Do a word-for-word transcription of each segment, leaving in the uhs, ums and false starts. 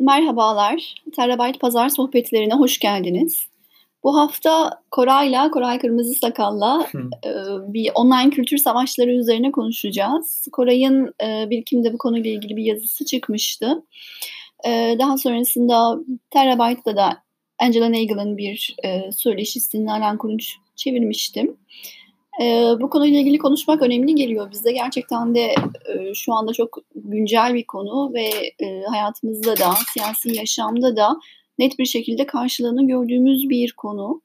Merhabalar, Terabyte Pazar sohbetlerine hoş geldiniz. Bu hafta Koray'la, Koray Kırmızısakal'la, Hı. eee, bir online kültür savaşları üzerine konuşacağız. Koray'ın, eee, Birikim'de bu konuyla ilgili bir yazısı çıkmıştı. Eee, daha sonrasında Terabyte'da da Angela Nagle'ın bir, eee, söyleşisini Nalan Kurunç çevirmiştim. Eee, bu konuyla ilgili konuşmak önemli geliyor bize. Gerçekten de, eee, şu anda çok güncel bir konu ve, eee, hayatımızda da, siyasi yaşamda da net bir şekilde karşılığını gördüğümüz bir konu.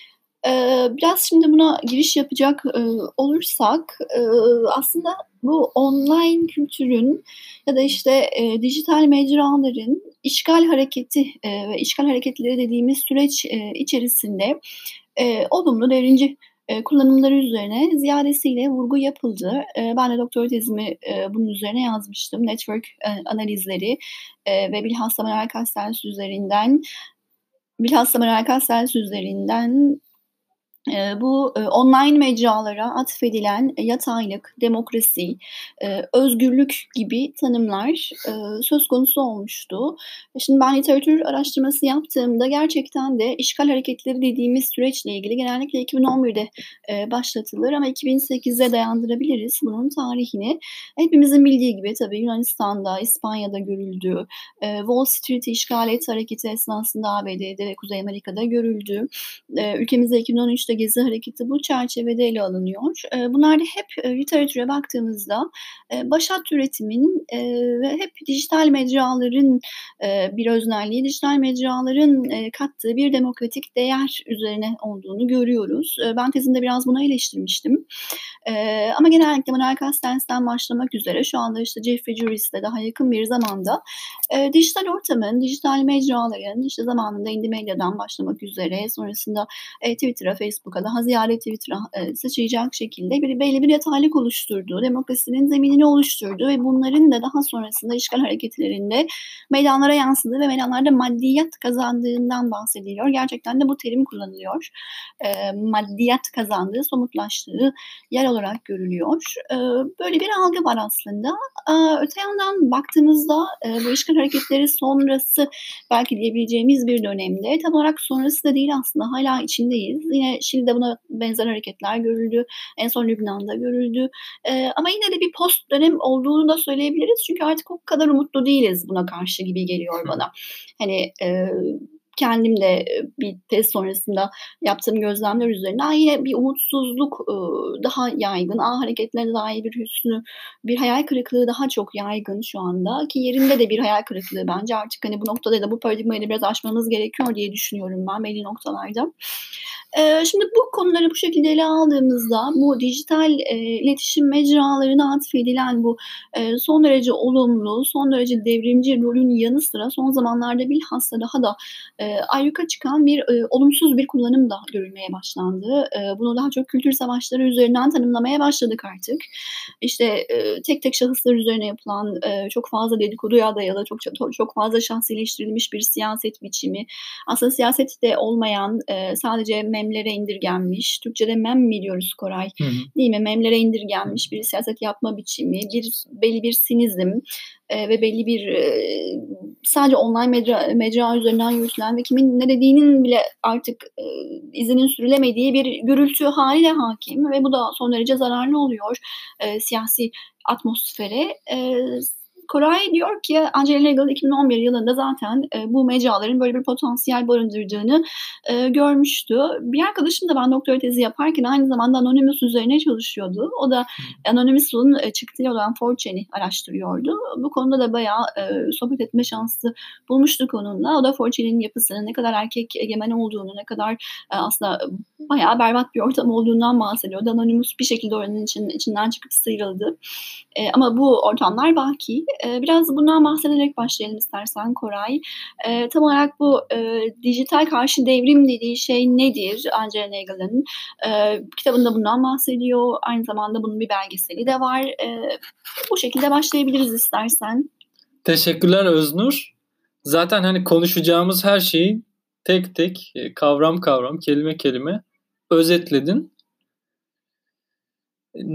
Eee, biraz şimdi buna giriş yapacak, ııı, olursak, ııı, aslında bu online kültürün ya da, işte, eee, dijital mecraların işgal hareketi, eee, ve işgal hareketleri dediğimiz süreç, eee, içerisinde, eee, olumlu, devrimci, eee, kullanımları üzerine ziyadesiyle vurgu yapıldı. Eee, ben de doktora tezimi, eee, bunun üzerine yazmıştım. Network, eee, analizleri, eee, ve bilhassa Manuel Castells üzerinden bilhassa Manuel Castells üzerinden, eee, bu, eee, online mecralara atfedilen yataylık, demokrasi, eee, özgürlük gibi tanımlar, eee, söz konusu olmuştu. E, şimdi ben literatür araştırması yaptığımda gerçekten de işgal hareketleri dediğimiz süreçle ilgili genellikle iki bin on birde eee, başlatılır ama iki bin sekize dayandırabiliriz bunun tarihini. Hepimizin bildiği gibi tabii Yunanistan'da, İspanya'da görüldü. Eee, Wall Street'i işgal et hareketi esnasında A B D'de ve Kuzey Amerika'da görüldü. Eee, ülkemizde iki bin on üçte Gezi hareketi bu çerçevede ele alınıyor. Eee, bunlar da hep, eee, literatüre baktığımızda, eee, başat türetimin, eee, ve hep dijital mecraların, eee, bir öznelliği, dijital mecraların, eee, kattığı bir demokratik değer üzerine olduğunu görüyoruz. Eee, ben tezimde biraz bunu eleştirmiştim. Eee, ama genellikle Manuel Castells'ten başlamak üzere şu anda, işte, Jeffrey Juris'le daha yakın bir zamanda, eee, dijital ortamın, dijital mecraların, işte, zamanında Indie.Media'dan başlamak üzere sonrasında, eee, Twitter'a, Facebook'a, daha ziyade Twitter'a, eee, sıçrayacak şekilde bir belli bir yataylık oluşturduğu, demokrasinin zeminini oluşturduğu ve bunların da daha sonrasında işgal hareketlerinde meydanlara yansıdığı ve meydanlarda maddiyat kazandığından bahsediliyor. Gerçekten de bu terim kullanılıyor. Eee, maddiyat kazandığı, somutlaştığı yer olarak görülüyor. Eee, böyle bir algı var aslında. Aaa, öte yandan baktığımızda, eee, bu işgal hareketleri sonrası belki diyebileceğimiz bir dönemde, tam olarak sonrası da değil aslında, hâlâ içindeyiz. Yine Şili'de buna benzer hareketler görüldü. En son Lübnan'da görüldü. Eee, ama yine de bir post dönem olduğunu da söyleyebiliriz. Çünkü artık o kadar umutlu değiliz buna karşı gibi geliyor Hı. bana. Hani, eee, kendim de, eee, bir tez sonrasında yaptığım gözlemler üzerinden yine bir umutsuzluk, ııı, daha yaygın. A hareketlerine dair bir hüsnü, bir hayal kırıklığı daha çok yaygın şu anda ki yerinde de bir hayal kırıklığı bence. Artık, hani, bu noktada da bu paradigmayı da biraz aşmamız gerekiyor diye düşünüyorum ben belli noktalarda. Eee, şimdi bu konuları bu şekilde ele aldığımızda bu dijital, eee, iletişim mecralarına atfedilen bu, eee, son derece olumlu, son derece devrimci rolün yanı sıra son zamanlarda bilhassa daha da, eee, ayyuka çıkan bir, eee, olumsuz bir kullanım da görülmeye başlandı. Eee, bunu daha çok kültür savaşları üzerinden tanımlamaya başladık artık. İşte, eee, tek tek şahıslar üzerine yapılan, eee, çok fazla dedikoduya dayalı, çok ça to çok fazla şahsileştirilmiş bir siyaset biçimi, aslında siyaset de olmayan, eee, sadece memlere indirgenmiş, Türkçede mem mi diyoruz Koray, Hı hı. değil mi? Memlere indirgenmiş bir siyaset yapma biçimi, bir belli bir sinizm, eee, ve belli bir, eee, sadece online mecra mecra üzerinden yürütülen ve kimin ne dediğinin bile artık, eee, izinin sürülemediği bir gürültü hâli de hâkim ve bu da son derece zararlı oluyor, eee, siyasi atmosfere. Eee, s Koray diyor ki Angela Nagle iki bin on bir yılında zaten, eee, bu mecraların böyle bir potansiyel barındırdığını, eee, görmüştü. Bir arkadaşım da ben doktora tezi yaparken aynı zamanda Anonymous üzerine çalışıyordu. O da Hı. Anonymous'un, eee, çıktığı olan four chan'i araştırıyordu. Bu konuda da bayağı, eee, sohbet etme şansı bulmuştuk onunla. O da four chan'in yapısının ne kadar erkek egemen olduğunu, ne kadar, eee, aslında bayağı berbat bir ortam olduğundan bahsediyordu. Anonymous bir şekilde oranın için içinden çıkıp sıyrıldı. Eee, ama bu ortamlar baki. Eee, biraz bundan bahsederek başlayalım istersen Koray. Eee, tam olarak bu, eee, dijital karşı devrim dediği şey nedir Angela Nagle'ın? Eee, kitabında bundan bahsediyor. Aynı zamanda bunun bir belgeseli de var. Eee, bu şekilde başlayabiliriz istersen. Teşekkürler Öznur. Zaten, hani, konuşacağımız her şeyi tek tek, eee, kavram kavram, kelime kelime özetledin.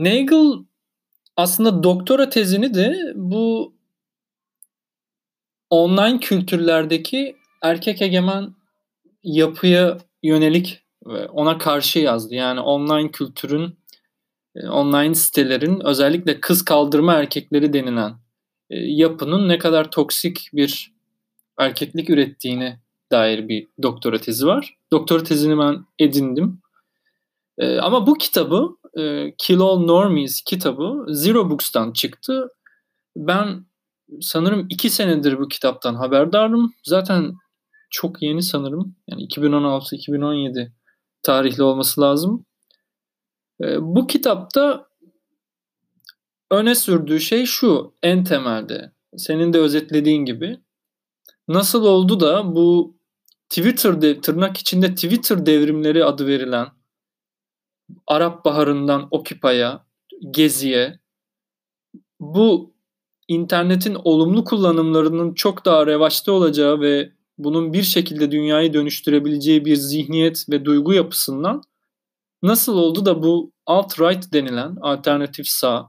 Nagle aslında doktora tezini de bu online kültürlerdeki erkek egemen yapıya yönelik ve ona karşı yazdı. Yani online kültürün, online sitelerin özellikle kız kaldırma erkekleri denilen yapının ne kadar toksik bir erkeklik ürettiğine dair bir doktora tezi var. Doktora tezini ben edindim. Ama bu kitabı, Kill All Normies kitabı Zero Books'tan çıktı. Ben sanırım iki senedir bu kitaptan haberdarım. Zaten çok yeni sanırım. Yani iki bin on altı iki bin on yedi tarihli olması lazım. Bu kitapta öne sürdüğü şey şu en temelde. Senin de özetlediğin gibi. Nasıl oldu da bu Twitter de, tırnak içinde Twitter devrimleri adı verilen Arap Baharı'ndan Occupy'a, Gezi'ye, bu internetin olumlu kullanımlarının çok daha revaçta olacağı ve bunun bir şekilde dünyayı dönüştürebileceği bir zihniyet ve duygu yapısından nasıl oldu da bu alt-right denilen alternatif sağ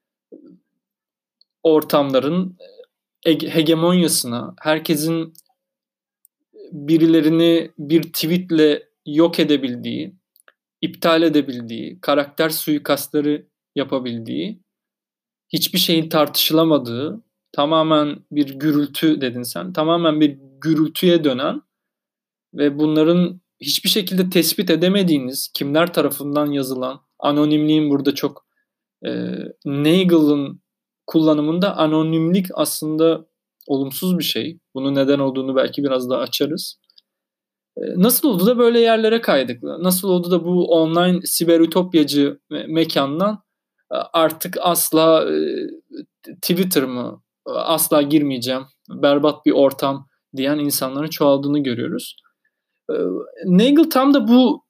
ortamların hegemonyasına, herkesin birilerini bir tweetle yok edebildiği, iptal edebildiği, karakter suikastları yapabildiği, hiçbir şeyin tartışılamadığı, tamamen bir gürültü dedin sen, tamamen bir gürültüye dönen ve bunların hiçbir şekilde tespit edemediğiniz, kimler tarafından yazılan, anonimliğin burada çok e, Nagel'ın kullanımında anonimlik aslında olumsuz bir şey. Bunun neden olduğunu belki biraz daha açarız. E, nasıl oldu da böyle yerlere kaydık? Nasıl oldu da bu online siber ütopyacı me- mekandan artık asla e, Twitter mı, asla girmeyeceğim, berbat bir ortam diyen insanların çoğaldığını görüyoruz. E, Nagel tam da bu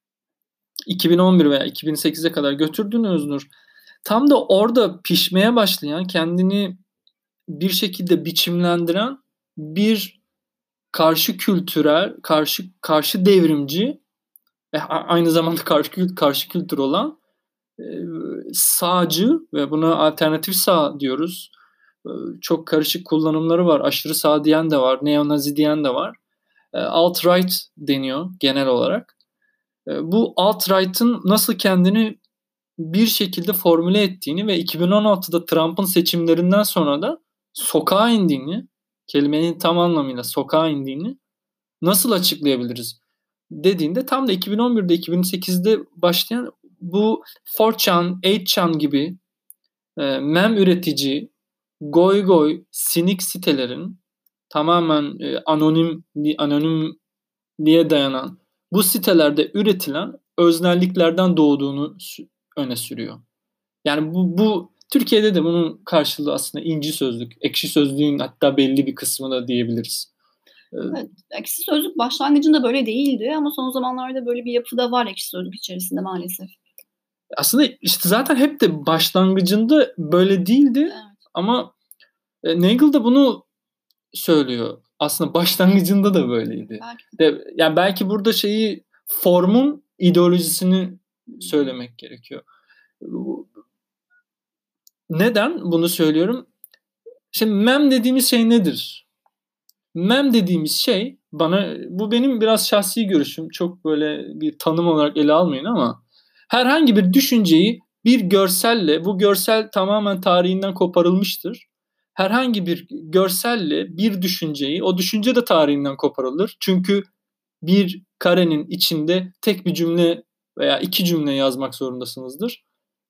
iki bin on bir veya iki bin sekize kadar götürdüğünü Öznur, tam da orada pişmeye başlayan, kendini bir şekilde biçimlendiren bir karşı kültürel, karşı karşı devrimci ve aynı zamanda karşı karşı kültür olan e, sağcı ve buna alternatif sağ diyoruz. E, çok karışık kullanımları var. Aşırı sağ diyen de var, neonazi diyen de var. E, alt-right deniyor genel olarak. E, bu alt-right'ın nasıl kendini bir şekilde formüle ettiğini ve iki bin on altıda Trump'ın seçimlerinden sonra da sokağa indiğini, kelimenin tam anlamıyla sokağa indiğini nasıl açıklayabiliriz dediğinde tam da iki bin on birde iki bin sekizde başlayan bu dört chan, sekiz chan gibi e, mem üretici, goy goy, sinik sitelerin tamamen e, anonim anonimliğe dayanan bu sitelerde üretilen öznelliklerden doğduğunu öne sürüyor. Yani bu, bu Türkiye'de de bunun karşılığı aslında İnci Sözlük, Ekşi Sözlük'ün hatta belli bir kısmı da diyebiliriz. Evet, Ekşi Sözlük başlangıcında böyle değildi ama son zamanlarda böyle bir yapı da var Ekşi Sözlük içerisinde maalesef. Aslında işte zaten hep de başlangıcında böyle değildi, evet. Ama Nagel da bunu söylüyor. Aslında başlangıcında da böyleydi. Belki. De, yani belki burada şeyi, formun ideolojisini söylemek gerekiyor. Neden bunu söylüyorum? Şimdi mem dediğimiz şey nedir? Mem dediğimiz şey, bana, bu benim biraz şahsi görüşüm, çok böyle bir tanım olarak ele almayın ama herhangi bir düşünceyi bir görselle, bu görsel tamamen tarihinden koparılmıştır. Herhangi bir görselle bir düşünceyi, o düşünce de tarihinden koparılır. Çünkü bir karenin içinde tek bir cümle veya iki cümle yazmak zorundasınızdır.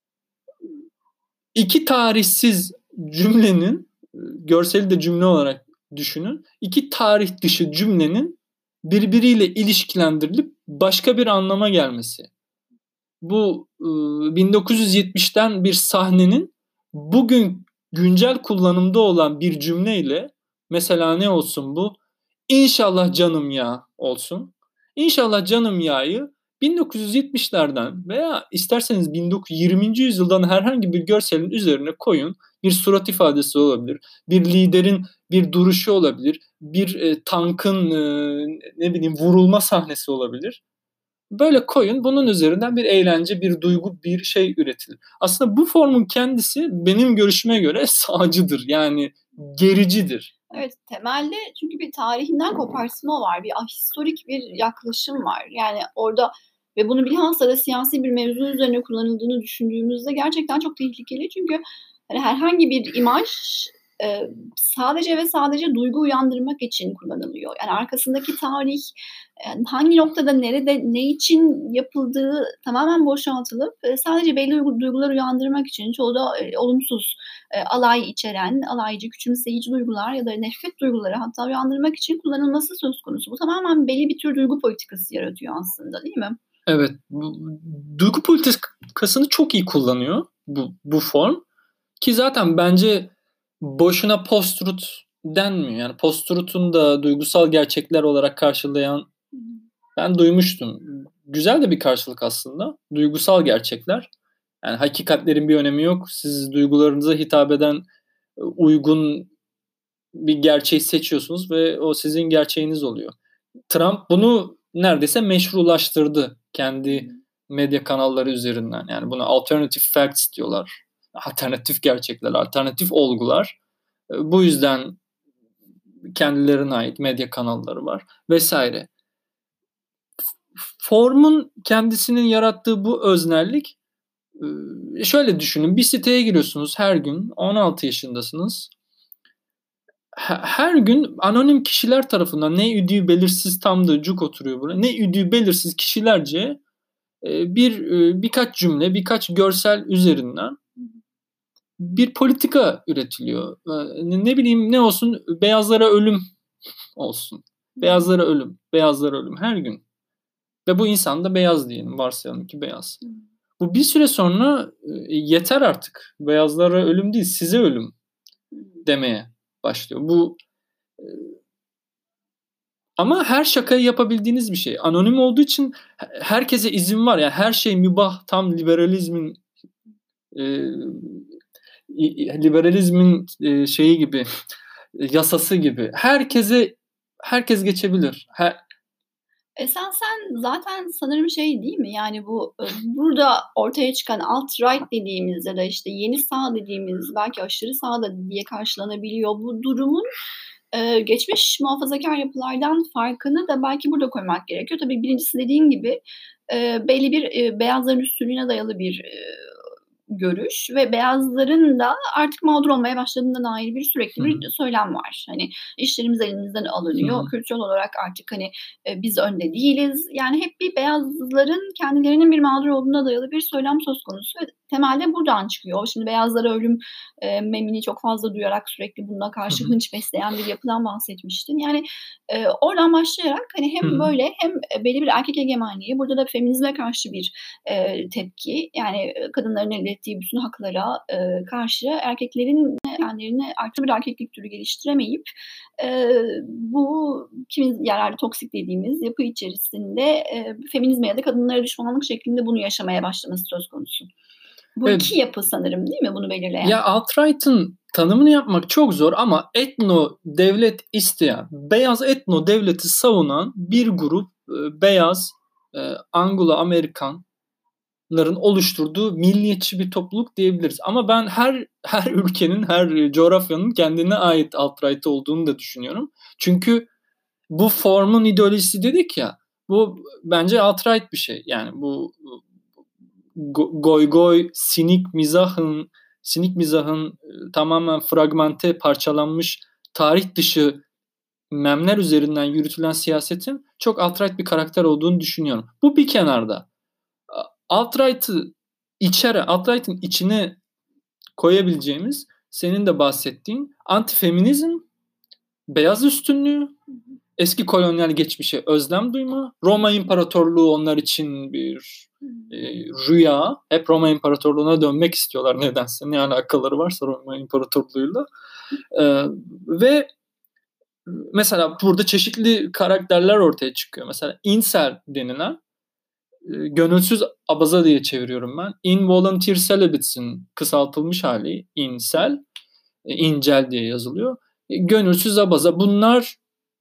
İki tarihsiz cümlenin, görseli de cümle olarak düşünün, İki tarih dışı cümlenin birbiriyle ilişkilendirilip başka bir anlama gelmesi. Bu bin dokuz yüz yetmişten bir sahnenin bugün güncel kullanımda olan bir cümleyle, mesela ne olsun bu? İnşallah canım ya olsun. İnşallah canım ya'yı bin dokuz yüz yetmişlerden veya isterseniz yirminci yüzyıldan herhangi bir görselin üzerine koyun. Bir surat ifadesi olabilir, bir liderin bir duruşu olabilir, bir e, tankın e, ne bileyim vurulma sahnesi olabilir. Böyle koyun, bunun üzerinden bir eğlence, bir duygu, bir şey üretilir. Aslında bu formun kendisi benim görüşüme göre sağcıdır, yani gericidir. Evet, temelde çünkü bir tarihinden kopartma var. Bir ahistorik bir yaklaşım var. Yani orada ve bunu bilhassa da siyasi bir mevzu üzerine kullanıldığını düşündüğümüzde gerçekten çok tehlikeli. Çünkü hani herhangi bir imaj, eee, sadece ve sadece duygu uyandırmak için kullanılıyor. Yani arkasındaki tarih, eee, hangi noktada, nerede, ne için yapıldığı tamamen boşaltılıp, eee, sadece belli duygu duygular uyandırmak için çoğu da, eee, olumsuz, eee, alay içeren, alaycı, küçümseyici duygular ya da nefret duyguları hatta uyandırmak için kullanılması söz konusu. Bu tamamen belli bir tür duygu politikası yaratıyor aslında, değil mi? Evet, bu duygu politikasını çok iyi kullanıyor bu bu form ki zaten bence boşuna post-truth denmiyor. Yani post-truth'un da duygusal gerçekler olarak karşılayan ben duymuştum. Güzel de bir karşılık aslında. Duygusal gerçekler. Yani hakikatlerin bir önemi yok. Siz duygularınıza hitap eden uygun bir gerçeği seçiyorsunuz ve o sizin gerçeğiniz oluyor. Trump bunu neredeyse meşrulaştırdı kendi medya kanalları üzerinden. Yani buna alternative facts diyorlar. Alternatif gerçekler, alternatif olgular. Bu yüzden kendilerine ait medya kanalları var vesaire. Formun kendisinin yarattığı bu öznellik, şöyle düşünün, bir siteye giriyorsunuz her gün, on altı yaşındasınız. Her gün anonim kişiler tarafından ne üdüğü belirsiz, tam da cuk oturuyor buraya, ne üdüğü belirsiz kişilerce bir birkaç cümle, birkaç görsel üzerinden bir politika üretiliyor. Ne bileyim ne olsun, beyazlara ölüm olsun. Beyazlara ölüm, beyazlara ölüm her gün. Ve bu insan da beyaz diyelim, varsayalım ki beyaz. Bu bir süre sonra yeter artık. Beyazlara ölüm değil, size ölüm demeye başlıyor. Bu ama her şakayı yapabildiğiniz bir şey. Anonim olduğu için herkese izin var. Yani her şey mübah, tam liberalizmin e, liberalizmin e, şeyi gibi, yasası gibi. Herkese herkes geçebilir. Her, Esasen zaten sanırım şey değil mi? Yani bu burada ortaya çıkan alt-right dediğimiz ya da işte yeni sağ dediğimiz, belki aşırı sağ da diye karşılanabiliyor bu durumun, eee, geçmiş muhafazakâr yapılardan farkını da belki burada koymak gerekiyor. Tabii birincisi dediğin gibi, eee, belli bir, eee, beyazların üstünlüğüne dayalı bir, eee, görüş ve beyazların da artık mağdur olmaya başladığına dair bir sürekli bir Hı-hı. söylem var. Hani işlerimiz elimizden alınıyor. Hı-hı. Kültürel olarak artık hani e, biz önde değiliz. Yani hep bir beyazların kendilerinin bir mağdur olduğuna dayalı bir söylem söz konusu ve temelde buradan çıkıyor. Şimdi beyazlara ölüm e, memini çok fazla duyarak sürekli bununla karşı Hı-hı. hınç besleyen bir yapıdan bahsetmiştin. Yani e, oradan başlayarak hani hem Hı-hı. böyle hem belli bir erkek egemenliği, burada da feminizme karşı bir e, tepki. Yani kadınların elde ettiği bütün haklara e, karşı erkeklerin kendilerini artı bir erkeklik türü geliştiremeyip e, bu kimi yerlerde toksik dediğimiz yapı içerisinde e, feminizme ya da kadınlara düşmanlık şeklinde bunu yaşamaya başlaması söz konusu. Bu Evet. iki yapı sanırım değil mi bunu belirleyen? Ya alt-right'ın tanımını yapmak çok zor ama etno devlet isteyen, beyaz etno devleti savunan bir grup e, beyaz e, Anglo-Amerikan ların oluşturduğu milliyetçi bir topluluk diyebiliriz. Ama ben her her ülkenin, her coğrafyanın kendine ait alt-right olduğunu da düşünüyorum. Çünkü bu formun ideolojisi dedik ya, bu bence alt-right bir şey. Yani bu goy goy, sinik mizahın, sinik mizahın tamamen fragmente, parçalanmış, tarih dışı memler üzerinden yürütülen siyasetin çok alt-right bir karakter olduğunu düşünüyorum. Bu bir kenarda. Alt-right'ı içeri, alt-right'ın içine koyabileceğimiz senin de bahsettiğin antifeminizm, beyaz üstünlüğü, eski kolonyal geçmişe özlem duyma, Roma İmparatorluğu onlar için bir e, rüya. Hep Roma İmparatorluğu'na dönmek istiyorlar nedense. Ne alakaları varsa Roma İmparatorluğu'yla. E, ve mesela burada çeşitli karakterler ortaya çıkıyor. Mesela incel denilen, gönülsüz abaza diye çeviriyorum ben. Involuntary celibate'in kısaltılmış hali incel, incel diye yazılıyor. Gönülsüz abaza. Bunlar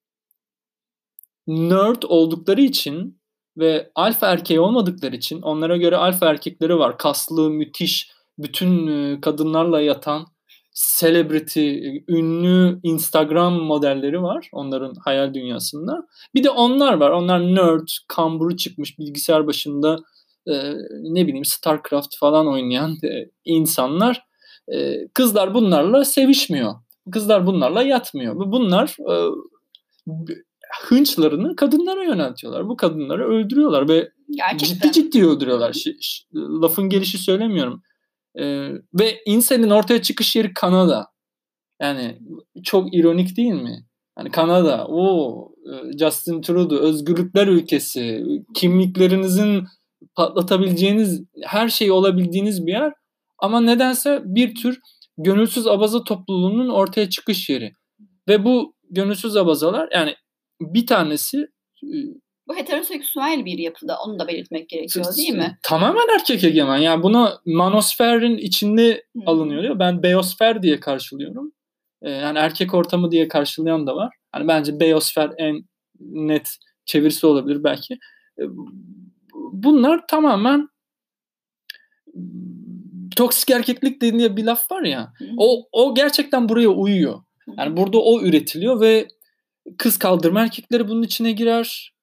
nerd oldukları için ve alfa erkeği olmadıkları için, onlara göre alfa erkekleri var. Kaslı, müthiş, bütün kadınlarla yatan, celebrity, ünlü Instagram modelleri var onların hayal dünyasında. Bir de onlar var. Onlar nerd, kamburu çıkmış bilgisayar başında e, ne bileyim StarCraft falan oynayan e, insanlar. E, kızlar bunlarla sevişmiyor. Kızlar bunlarla yatmıyor. Bunlar e, hınçlarını kadınlara yöneltiyorlar. Bu kadınları öldürüyorlar ve Gerçekten. ciddi ciddi öldürüyorlar. Ş- ş- lafın gelişi söylemiyorum. Ee, ve inselin ortaya çıkış yeri Kanada. Yani çok ironik değil mi? Yani Kanada, o Justin Trudeau, özgürlükler ülkesi, kimliklerinizin patlatabileceğiniz, her şey olabildiğiniz bir yer. Ama nedense bir tür gönülsüz abaza topluluğunun ortaya çıkış yeri. Ve bu gönülsüz abazalar, yani bir tanesi bu heteroseksüel bir yapıda, onu da belirtmek gerekiyor değil mi? Tamamen erkek egemen. Yani buna manosferin içinde hmm. alınıyor diyor. Ben beyosfer diye karşılıyorum. Ee, yani erkek ortamı diye karşılayan da var. Yani bence beyosfer en net çevirisi olabilir belki. Ee, bunlar tamamen toksik erkeklik diye bir laf var ya. Hmm. O o gerçekten buraya uyuyor. Yani burada o üretiliyor ve kız kaldırma erkekleri bunun içine girer.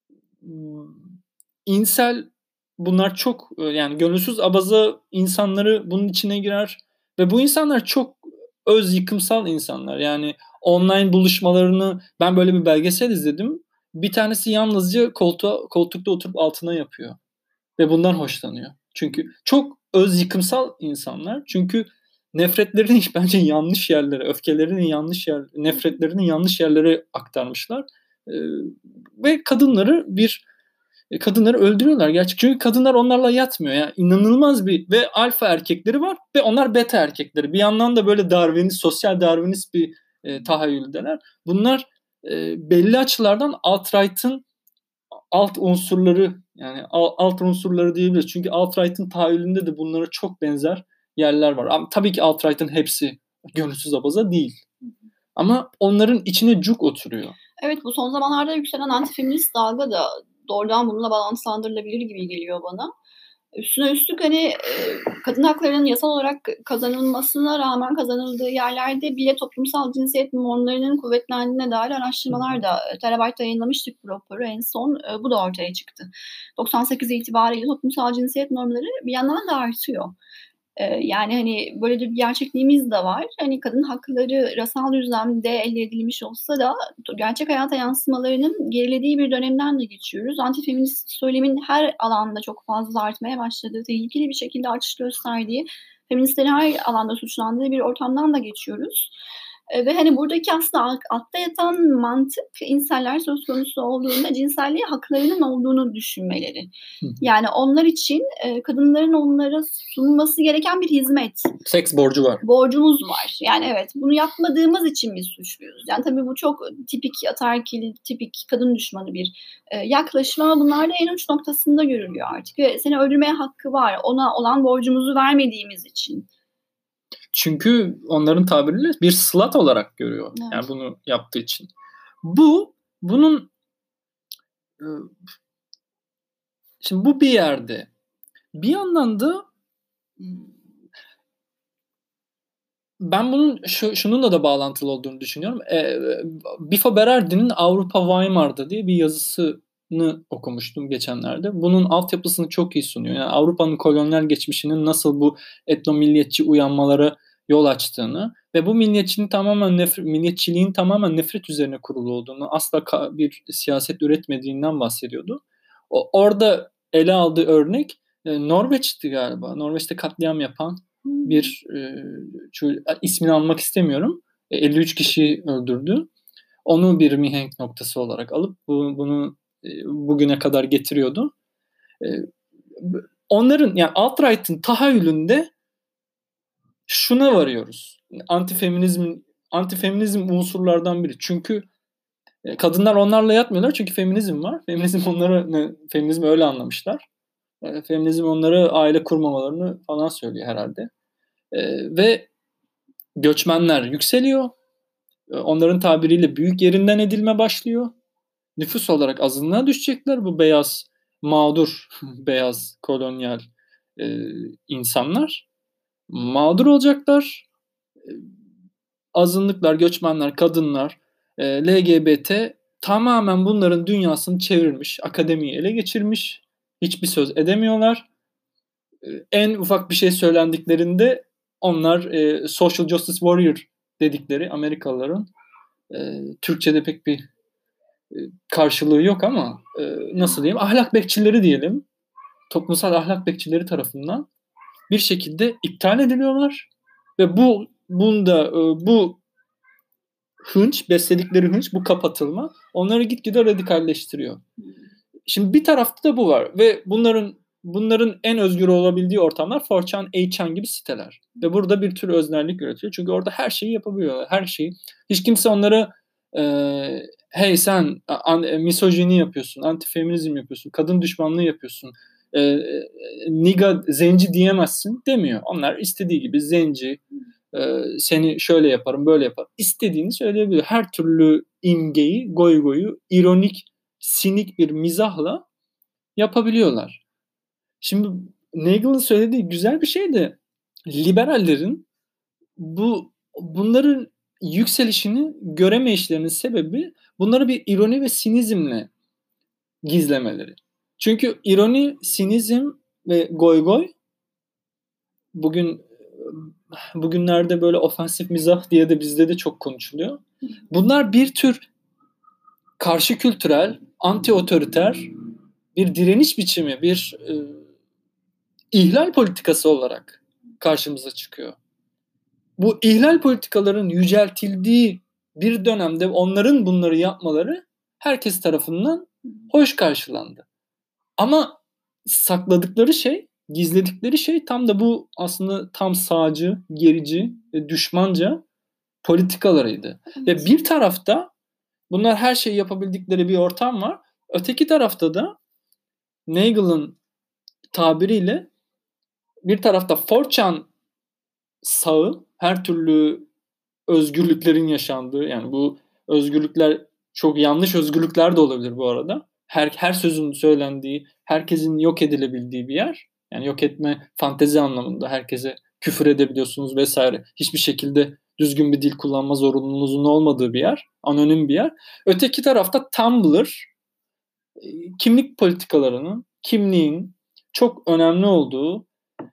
İnsel, bunlar çok, yani gönülsüz abaza insanları bunun içine girer ve bu insanlar çok öz yıkımsal insanlar. Yani online buluşmalarını, ben böyle bir belgesel izledim. Bir tanesi yalnızca koltuğa, koltukta oturup altına yapıyor ve bundan hoşlanıyor. Çünkü çok öz yıkımsal insanlar. Çünkü nefretlerini bence yanlış yerlere, öfkelerini yanlış yer, nefretlerini yanlış yerlere aktarmışlar. Ee, ve kadınları bir kadınları öldürüyorlar gerçek. Çünkü kadınlar onlarla yatmıyor. Yani inanılmaz bir, ve alfa erkekleri var ve onlar beta erkekleri. Bir yandan da böyle Darwinist, sosyal Darwinist bir e, tahayyüldeler. Bunlar e, belli açılardan alt-right'ın alt unsurları, yani alt unsurları diyebiliriz. Çünkü alt-right'ın tahayyülünde de bunlara çok benzer yerler var. Ama tabii ki alt-right'ın hepsi gönülsüz abaza değil. Ama onların içine cuk oturuyor. Evet, bu son zamanlarda yükselen antifeminist dalga da doğrudan bununla bağlantılandırılabilir gibi geliyor bana. Üstüne üstlük hani kadın haklarının yasal olarak kazanılmasına rağmen kazanıldığı yerlerde bile toplumsal cinsiyet normlarının kuvvetlendiğine dair araştırmalar da Terabyte'da yayınlamıştık bu raporu en son. Bu da ortaya çıktı. doksan sekiz itibariyle toplumsal cinsiyet normları bir yandan da artıyor. Yani hani böyle bir gerçekliğimiz de var. Hani kadın hakları rasal düzlemde elde edilmiş olsa da gerçek hayata yansımalarının gerilediği bir dönemden de geçiyoruz. Antifeminist söylemin her alanda çok fazla artmaya başladığı, tehlikeli bir şekilde artış gösterdiği, feministlerin her alanda suçlandığı bir ortamdan da geçiyoruz. Ve hani buradaki aslında altta yatan mantık, inseller söz konusu olduğunda cinselliğe haklarının olduğunu düşünmeleri. Yani onlar için kadınların onlara sunması gereken bir hizmet. Seks borcu var. Borcumuz var. Yani evet, bunu yapmadığımız için biz suçluyuz. Yani tabii bu çok tipik ataerkil, tipik kadın düşmanı bir yaklaşım ama bunlar da en uç noktasında görülüyor artık. Ve seni öldürmeye hakkı var. Ona olan borcumuzu vermediğimiz için. Çünkü onların tabiriyle bir slut olarak görüyor. Evet. Yani bunu yaptığı için. Bu, bunun şimdi bu bir yerde. Bir yandan da ben bunun şu, şununla da bağlantılı olduğunu düşünüyorum. E, Bifo Berardi'nin Avrupa Weimar'da diye bir yazısını okumuştum geçenlerde. Bunun altyapısını çok iyi sunuyor. Yani Avrupa'nın kolonyal geçmişinin nasıl bu etnomilliyetçi uyanmalara yol açtığını ve bu milliyetçiliğin tamamen nefret, milliyetçiliğin tamamen nefret üzerine kurulu olduğunu, asla ka- bir siyaset üretmediğinden bahsediyordu. O, orada ele aldığı örnek e, Norveç'ti galiba. Norveç'te katliam yapan bir e, şu, ismini almak istemiyorum. E, elli üç kişi öldürdü. Onu bir mihenk noktası olarak alıp bu, bunu e, bugüne kadar getiriyordu. E, onların, yani alt-right'ın tahayyülünde şuna varıyoruz. Antifeminizm antifeminizm unsurlardan biri. Çünkü kadınlar onlarla yatmıyorlar çünkü feminizm var. Feminizm onları feminizmi öyle anlamışlar. E, feminizm onları aile kurmamalarını falan söylüyor herhalde. E, ve göçmenler yükseliyor. E, onların tabiriyle büyük yerinden edilme başlıyor. Nüfus olarak azınlığa düşecekler bu beyaz, mağdur, beyaz kolonyal e, insanlar. Mağdur olacaklar. azınlıklar, göçmenler, kadınlar, e, L G B T tamamen bunların dünyasını çevirmiş, akademiyi ele geçirmiş, hiçbir söz edemiyorlar. E, en ufak bir şey söylendiklerinde onlar e, social justice warrior dedikleri Amerikalıların, e, Türkçe'de pek bir e, karşılığı yok ama e, nasıl diyeyim, ahlak bekçileri diyelim, toplumsal ahlak bekçileri tarafından bir şekilde iptal ediliyorlar ve bu bunda e, bu hınç, besledikleri hınç, bu kapatılma onları gitgide radikalleştiriyor. Şimdi bir tarafta da bu var ve bunların bunların en özgür olabildiği ortamlar four chan, eight chan gibi siteler. Ve burada bir tür öznellik üretiyor. Çünkü orada her şeyi yapabiliyorlar. Her şeyi. Hiç kimse onlara e, hey sen an, misojini yapıyorsun, antifeminizm yapıyorsun, kadın düşmanlığı yapıyorsun, e, niga, zenci diyemezsin demiyor. Onlar istediği gibi zenci, e, seni şöyle yaparım, böyle yaparım. İstediğini söyleyebiliyor. Her türlü imgeyi, goy goyu, ironik, sinik bir mizahla yapabiliyorlar. Şimdi Nagel'ın söylediği güzel bir şey de liberallerin bu bunların yükselişini göremeyişlerinin sebebi bunları bir ironi ve sinizmle gizlemeleri. Çünkü ironi, sinizm ve goy goy bugün bugünlerde böyle ofensif mizah diye de bizde de çok konuşuluyor. Bunlar bir tür karşı kültürel, anti otoriter bir direniş biçimi, bir e, ihlal politikası olarak karşımıza çıkıyor. Bu ihlal politikaların yüceltildiği bir dönemde onların bunları yapmaları herkes tarafından hoş karşılandı. Ama sakladıkları şey, gizledikleri şey tam da bu aslında tam sağcı, gerici ve düşmanca politikalarıydı. Evet. Ve bir tarafta bunlar her şeyi yapabildikleri bir ortam var. Öteki tarafta da Nagel'ın tabiriyle bir tarafta four chan sağı, her türlü özgürlüklerin yaşandığı, yani bu özgürlükler çok yanlış özgürlükler de olabilir bu arada. Her, her sözün söylendiği, herkesin yok edilebildiği bir yer. Yani yok etme fantezi anlamında, herkese küfür edebiliyorsunuz vesaire. Hiçbir şekilde düzgün bir dil kullanma zorunluluğunuzun olmadığı bir yer. Anonim bir yer. Öteki tarafta Tumblr, kimlik politikalarının, kimliğin çok önemli olduğu,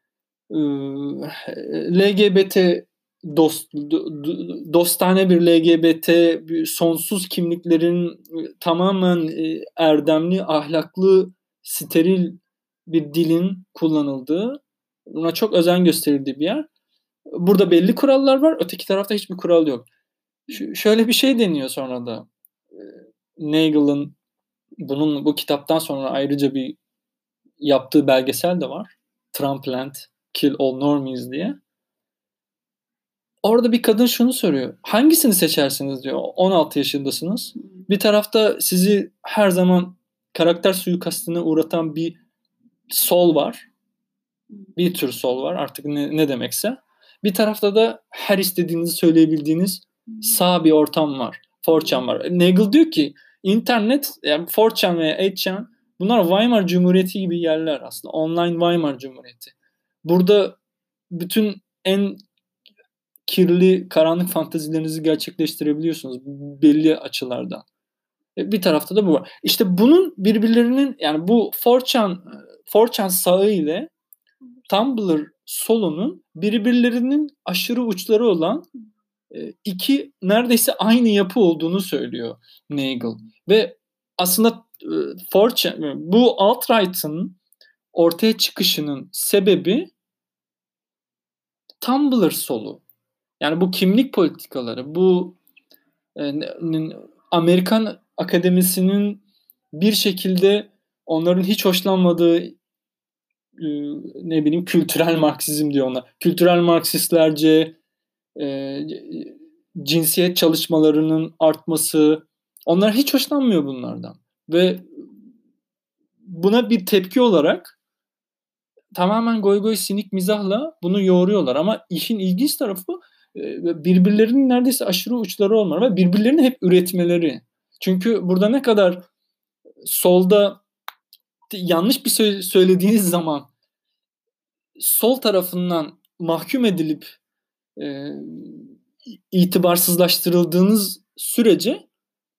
L G B T dost, dostane bir L G B T, sonsuz kimliklerin tamamen erdemli, ahlaklı, steril bir dilin kullanıldığı, buna çok özen gösterildiği bir yer. Burada belli kurallar var, öteki tarafta hiçbir kural yok. Ş- şöyle bir şey deniyor sonra da. Nagel'ın bunun bu kitaptan sonra ayrıca bir yaptığı belgesel de var. Trumpland, Kill All Normies diye. Orada bir kadın şunu soruyor. Hangisini seçersiniz diyor. on altı yaşındasınız. Bir tarafta sizi her zaman karakter suikastine uğratan bir sol var. Bir tür sol var. Artık ne, ne demekse. Bir tarafta da her istediğinizi söyleyebildiğiniz sağ bir ortam var. four chan var. Nagel diyor ki internet, yani four chan veya eight chan, bunlar Weimar Cumhuriyeti gibi yerler aslında. Online Weimar Cumhuriyeti. Burada bütün en kirli, karanlık fantezilerinizi gerçekleştirebiliyorsunuz belli açılardan. Bir tarafta da bu var. İşte bunun birbirlerinin, yani bu four chan four chan sağı ile Tumblr solunun birbirlerinin aşırı uçları olan iki neredeyse aynı yapı olduğunu söylüyor Nagel. Ve aslında four chan, bu alt-right'ın ortaya çıkışının sebebi Tumblr solu. Yani bu kimlik politikaları, bu e, Amerikan akademisinin bir şekilde onların hiç hoşlanmadığı e, ne bileyim kültürel Marksizm diyor onlar. Kültürel Marksistlerce e, cinsiyet çalışmalarının artması, onlar hiç hoşlanmıyor bunlardan. Ve buna bir tepki olarak tamamen goy goy sinik mizahla bunu yoğuruyorlar. Ama işin ilginç tarafı birbirlerinin neredeyse aşırı uçları olmaları ve birbirlerini hep üretmeleri. Çünkü burada ne kadar solda yanlış bir söz söylediğiniz zaman sol tarafından mahkum edilip e, itibarsızlaştırıldığınız sürece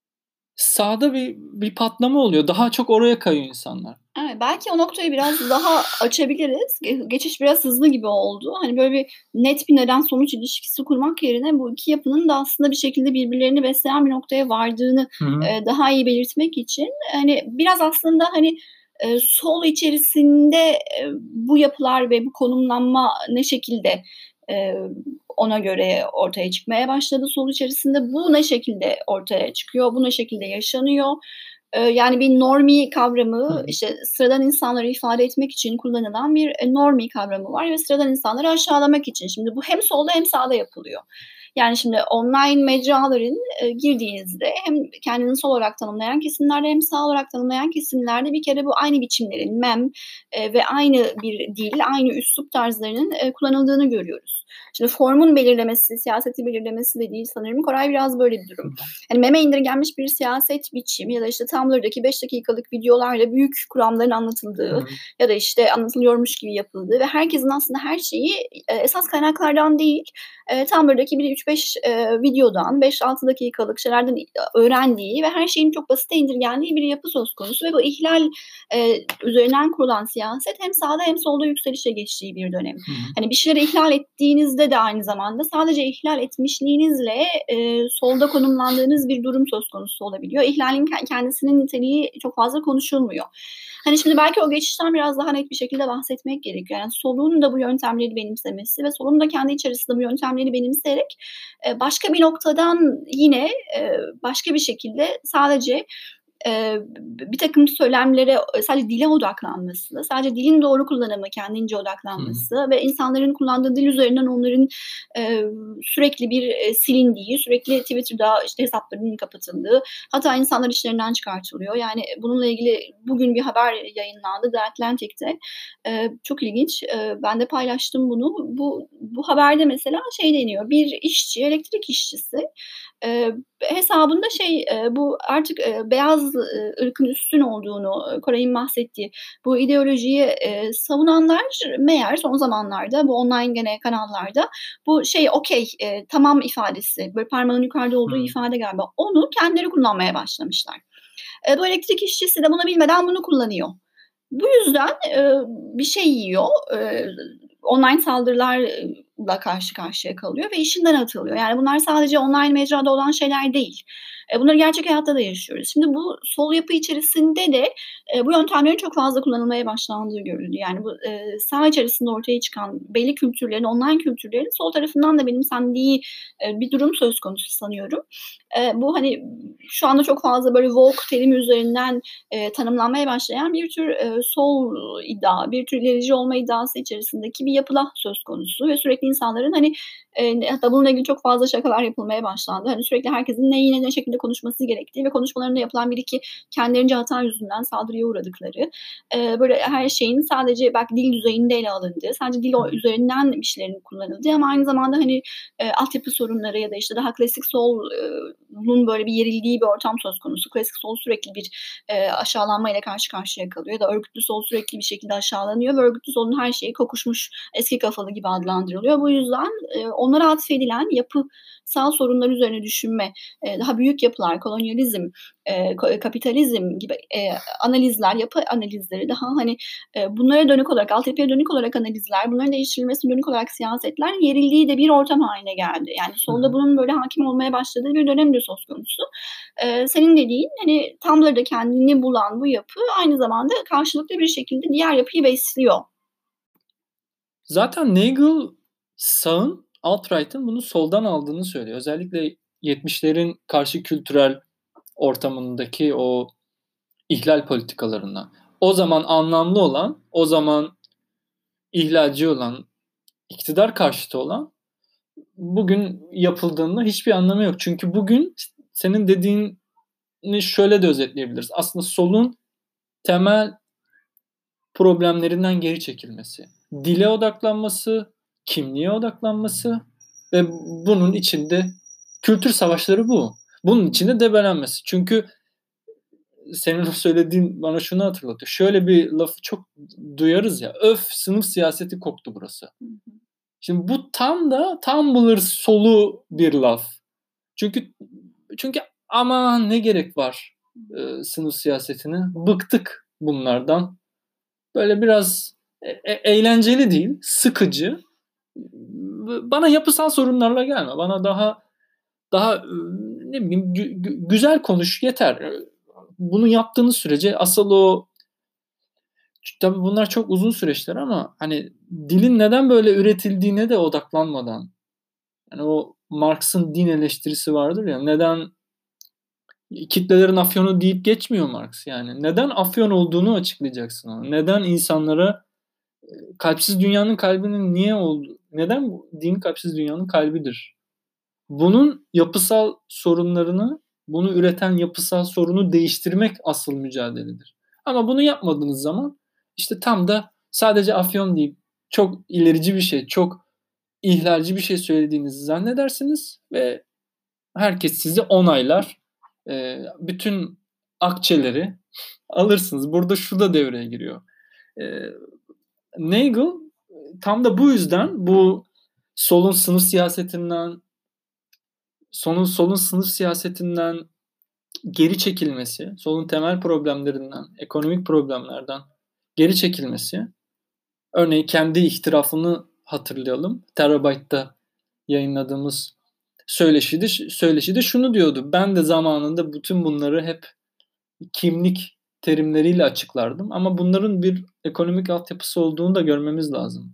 sağda bir bir patlama oluyor. Daha çok oraya kayıyor insanlar. Evet, belki o noktayı biraz daha açabiliriz. Ge geçiş biraz hızlı gibi oldu. Hani, böyle bir net bir neden sonuç ilişkisi kurmak yerine bu iki yapının da aslında bir şekilde birbirlerini besleyen bir noktaya vardığını, Hı hı. eee, daha iyi belirtmek için, hani, biraz aslında, hani, eee, sol içerisinde, eee, bu yapılar ve bu konumlanma ne şekilde, eee, ona göre ortaya çıkmaya başladı. Sol içerisinde bu ne şekilde ortaya çıkıyor, bu ne şekilde yaşanıyor? Eee, yani bir normie Hı kavramı, hı. işte, sıradan insanları ifade etmek için kullanılan bir, eee, normie kavramı var ve sıradan insanları aşağılamak için. Şimdi bu hem solda hem sağda yapılıyor. Yani şimdi online mecraların, eee, girdiğinizde hem kendini sol olarak tanımlayan kesimlerde hem sağ olarak tanımlayan kesimlerde bir kere bu aynı biçimlerin, mem, eee, ve aynı bir dil, aynı üslup tarzlarının, eee, kullanıldığını görüyoruz. Şimdi formun belirlemesi, siyaseti belirlemesi de değil sanırım. Koray biraz böyle bir Hı durum. hı. Hani meme indirgenmiş bir siyaset biçimi ya da işte Tumblr'daki beş dakikalık videolarla büyük kuramların Hı anlatıldığı hı. ya da işte anlatılıyormuş gibi yapıldığı ve herkesin aslında her şeyi, eee, esas kaynaklardan değil, eee, Tumblr'daki bir üç beş, eee, videodan, beş altı dakikalık şeylerden i öğrendiği ve her şeyin çok basite indirgendiği bir yapı söz konusu ve bu ihlal, eee, üzerinden kurulan siyaset hem sağda hem solda yükselişe geçtiği bir dönem. Hı hı. Hani bir şeyleri ihlal ettiğinizde de aynı zamanda sadece ihlal etmişliğinizle, eee, solda konumlandığınız bir durum söz konusu olabiliyor. İhlalin ke kendisinin niteliği çok fazla konuşulmuyor. Hani şimdi belki o geçişten biraz daha net bir şekilde bahsetmek gerekiyor. Yani solun da bu yöntemleri benimsemesi ve solun da kendi içerisinde bu yöntemleri benimseyerek, eee, başka bir noktadan yine, eee, başka bir şekilde sadece, eee, b birtakım söylemlere, eee, sadece dile odaklanması, sadece dilin doğru kullanımı kendince Hı hı. odaklanması ve insanların kullandığı dil üzerinden onların, eee, sürekli bir, eee, silindiği, sürekli Twitter'da, işte, hesaplarının kapatıldığı, hatta insanlar işlerinden çıkartılıyor. Yani, bununla ilgili bugün bir haber yayınlandı The Atlantic'te. Eee, çok ilginç. Eee, ben de paylaştım bunu. Bu bu haberde mesela şey deniyor, bir işçi, elektrik işçisi, eee, hesabında şey, eee, bu artık, eee, beyaz, ııı, ırkın üstün olduğunu, eee, Koray'ın bahsettiği bu ideolojiyi, eee, savunanlar meğer son zamanlarda bu online gene kanallarda bu şey okay, eee, tamam ifadesi, böyle parmağın yukarıda olduğu Hıı. ifade galiba, onu kendileri kullanmaya başlamışlar. Eee, bu elektrik işçisi de bunu bilmeden bunu kullanıyor. Bu yüzden, eee, bir şey yiyor, eee, online saldırılarla karşı karşıya kalıyor ve işinden atılıyor. Yani bunlar sadece online mecrada olan şeyler değil. Eee, bunları gerçek hayatta da yaşıyoruz. Şimdi bu sol yapı içerisinde de, eee, bu yöntemlerin çok fazla kullanılmaya başlandığı görüldü. Yani bu, eee, sağ içerisinde ortaya çıkan belli kültürlerin, online kültürlerin sol tarafından da benimsendiği, eee, bir durum söz konusu sanıyorum. Eee, bu, hani, şu anda çok fazla böyle woke terimi üzerinden, eee, tanımlanmaya başlayan bir tür, eee, sol iddia, bir tür ilerici olma iddiası içerisindeki bir yapı da söz konusu ve sürekli insanların, hani, eee, hatta bununla ilgili çok fazla şakalar yapılmaya başlandı. Hani, sürekli herkesin neyi ne şekilde konuşması gerektiği ve konuşmalarında yapılan bir iki kendilerince hata yüzünden saldırıya uğradıkları, eee, böyle her şeyin sadece belki dil düzeyinde ele alındığı, sadece dil Hı o hı. üzerinden bir şeylerin kullanıldığı ama aynı zamanda, hani, eee, altyapı sorunları ya da, işte, daha klasik sol eee, nun böyle bir yerildiği bir ortam söz konusu. Klasik sol sürekli bir, eee, aşağılanmayla karşı karşıya kalıyor ya da örgütlü sol sürekli bir şekilde aşağılanıyor ve örgütlü solun her şeyi kokuşmuş, eski kafalı gibi adlandırılıyor. Bu yüzden, eee, onlara atfedilen yapısal sorunlar üzerine düşünme, eee, daha büyük yapılar, kolonyalizm, eee, ko kapitalizm gibi, eee, analizler, yapı analizleri daha, hani, eee, bunlara dönük olarak, altyapıya dönük olarak analizler, bunların değiştirilmesine dönük olarak siyasetler yerildiği de bir ortam hâline geldi. Yani Hı solda hı. bunun böyle hâkim olmaya başladığı bir dönem de söz konusu. Eee, senin dediğin, hani, Tumblr'da kendini bulan bu yapı aynı zamanda karşılıklı bir şekilde diğer yapıyı besliyor. Zaten Nagel sağın, alt-right'ın bunu soldan aldığını söylüyor. Özellikle yetmişlerin karşı kültürel ortamındaki o ihlal politikalarına. O zaman anlamlı olan, o zaman ihlalci olan, iktidar karşıtı olan bugün yapıldığında hiçbir anlamı yok. Çünkü bugün senin dediğini şöyle de özetleyebiliriz. Aslında solun temel problemlerinden geri çekilmesi, dile odaklanması, kimliğe odaklanması ve bunun içinde kültür savaşları bu. Bunun içinde debelenmesi. Çünkü senin o söylediğin bana şunu hatırlatıyor. Şöyle bir lafı çok duyarız ya. Öf, sınıf siyaseti koktu burası. Hı hı. Şimdi bu tam da Tumblr solu bir laf. Çünkü çünkü aman ne gerek var e, sınıf siyasetine? Bıktık bunlardan. Böyle biraz e- e- eğlenceli değil, sıkıcı. Bana yapısal sorunlarla gelme. Bana daha daha e, ne bileyim gü- gü- güzel konuş yeter. Bunu yaptığınız sürece asıl o, tabii bunlar çok uzun süreçler ama hani dilin neden böyle üretildiğine de odaklanmadan, yani o Marx'ın din eleştirisi vardır ya, neden kitlelerin afyonu deyip geçmiyor Marx yani. Neden afyon olduğunu açıklayacaksın ona. Neden insanlara kalpsiz dünyanın kalbinin niye oldu? Neden bu din kalpsiz dünyanın kalbidir? Bunun yapısal sorunlarını, bunu üreten yapısal sorunu değiştirmek asıl mücadeledir. Ama bunu yapmadığınız zaman işte tam da sadece afyon deyip çok ilerici bir şey, çok ihlalci bir şey söylediğinizi zannedersiniz ve herkes sizi onaylar. Ee, bütün akçeleri alırsınız. Burada şu da devreye giriyor. Ee, Nagel tam da bu yüzden bu solun sınıf siyasetinden solun solun sınıf siyasetinden geri çekilmesi, solun temel problemlerinden, ekonomik problemlerden geri çekilmesi. Örneğin kendi ihtirafını hatırlayalım. Terabyte'da yayınladığımız söyleşide söyleşide şunu diyordu. Ben de zamanında bütün bunları hep kimlik terimleriyle açıklardım ama bunların bir ekonomik altyapısı olduğunu da görmemiz lazım.